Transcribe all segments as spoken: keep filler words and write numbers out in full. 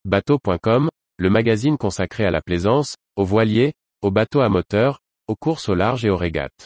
bateau point com, le magazine consacré à la plaisance, aux voiliers, aux bateaux à moteur, aux courses au large et aux régates.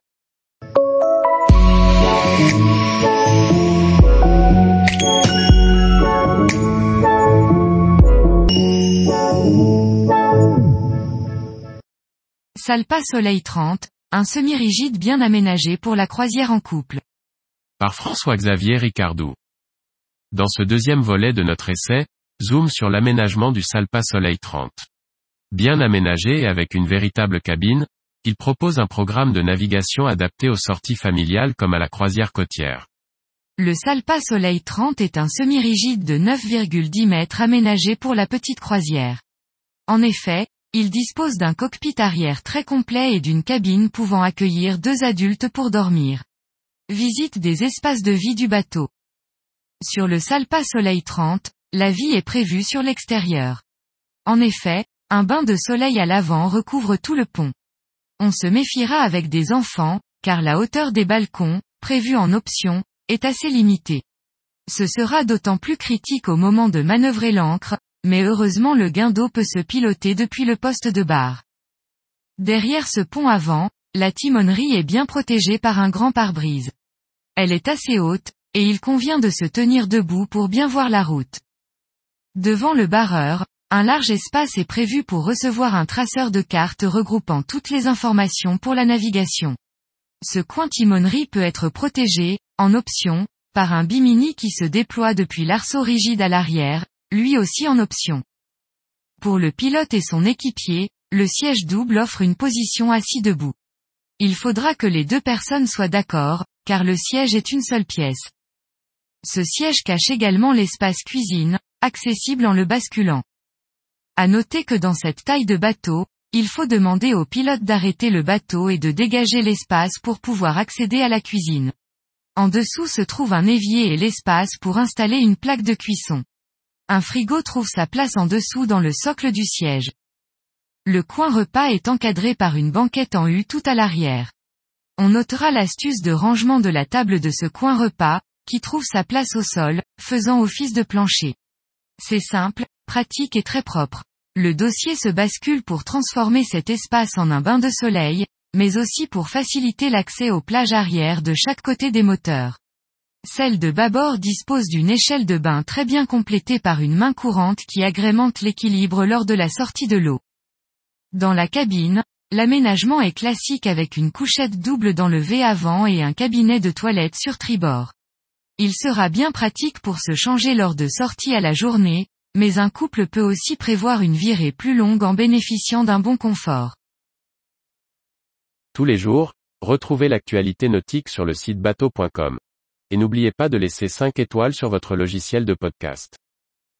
Salpa Soleil trente, un semi-rigide bien aménagé pour la croisière en couple. Par François-Xavier Ricardou. Dans ce deuxième volet de notre essai, zoom sur l'aménagement du Salpa Soleil trente. Bien aménagé et avec une véritable cabine, il propose un programme de navigation adapté aux sorties familiales comme à la croisière côtière. Le Salpa Soleil trente est un semi-rigide de neuf virgule dix mètres aménagé pour la petite croisière. En effet, il dispose d'un cockpit arrière très complet et d'une cabine pouvant accueillir deux adultes pour dormir. Visite des espaces de vie du bateau. Sur le Salpa Soleil trente, la vie est prévue sur l'extérieur. En effet, un bain de soleil à l'avant recouvre tout le pont. On se méfiera avec des enfants, car la hauteur des balcons, prévue en option, est assez limitée. Ce sera d'autant plus critique au moment de manœuvrer l'ancre, mais heureusement le guindeau peut se piloter depuis le poste de barre. Derrière ce pont avant, la timonerie est bien protégée par un grand pare-brise. Elle est assez haute, et il convient de se tenir debout pour bien voir la route. Devant le barreur, un large espace est prévu pour recevoir un traceur de cartes regroupant toutes les informations pour la navigation. Ce coin timonerie peut être protégé, en option, par un bimini qui se déploie depuis l'arceau rigide à l'arrière, lui aussi en option. Pour le pilote et son équipier, le siège double offre une position assis debout. Il faudra que les deux personnes soient d'accord, car le siège est une seule pièce. Ce siège cache également l'espace cuisine, accessible en le basculant. À noter que dans cette taille de bateau, il faut demander au pilote d'arrêter le bateau et de dégager l'espace pour pouvoir accéder à la cuisine. En dessous se trouve un évier et l'espace pour installer une plaque de cuisson. Un frigo trouve sa place en dessous dans le socle du siège. Le coin repas est encadré par une banquette en U tout à l'arrière. On notera l'astuce de rangement de la table de ce coin repas, qui trouve sa place au sol, faisant office de plancher. C'est simple, pratique et très propre. Le dossier se bascule pour transformer cet espace en un bain de soleil, mais aussi pour faciliter l'accès aux plages arrière de chaque côté des moteurs. Celle de bâbord dispose d'une échelle de bain très bien complétée par une main courante qui agrémente l'équilibre lors de la sortie de l'eau. Dans la cabine, l'aménagement est classique avec une couchette double dans le V avant et un cabinet de toilette sur tribord. Il sera bien pratique pour se changer lors de sorties à la journée, mais un couple peut aussi prévoir une virée plus longue en bénéficiant d'un bon confort. Tous les jours, retrouvez l'actualité nautique sur le site bateau point com. Et n'oubliez pas de laisser cinq étoiles sur votre logiciel de podcast.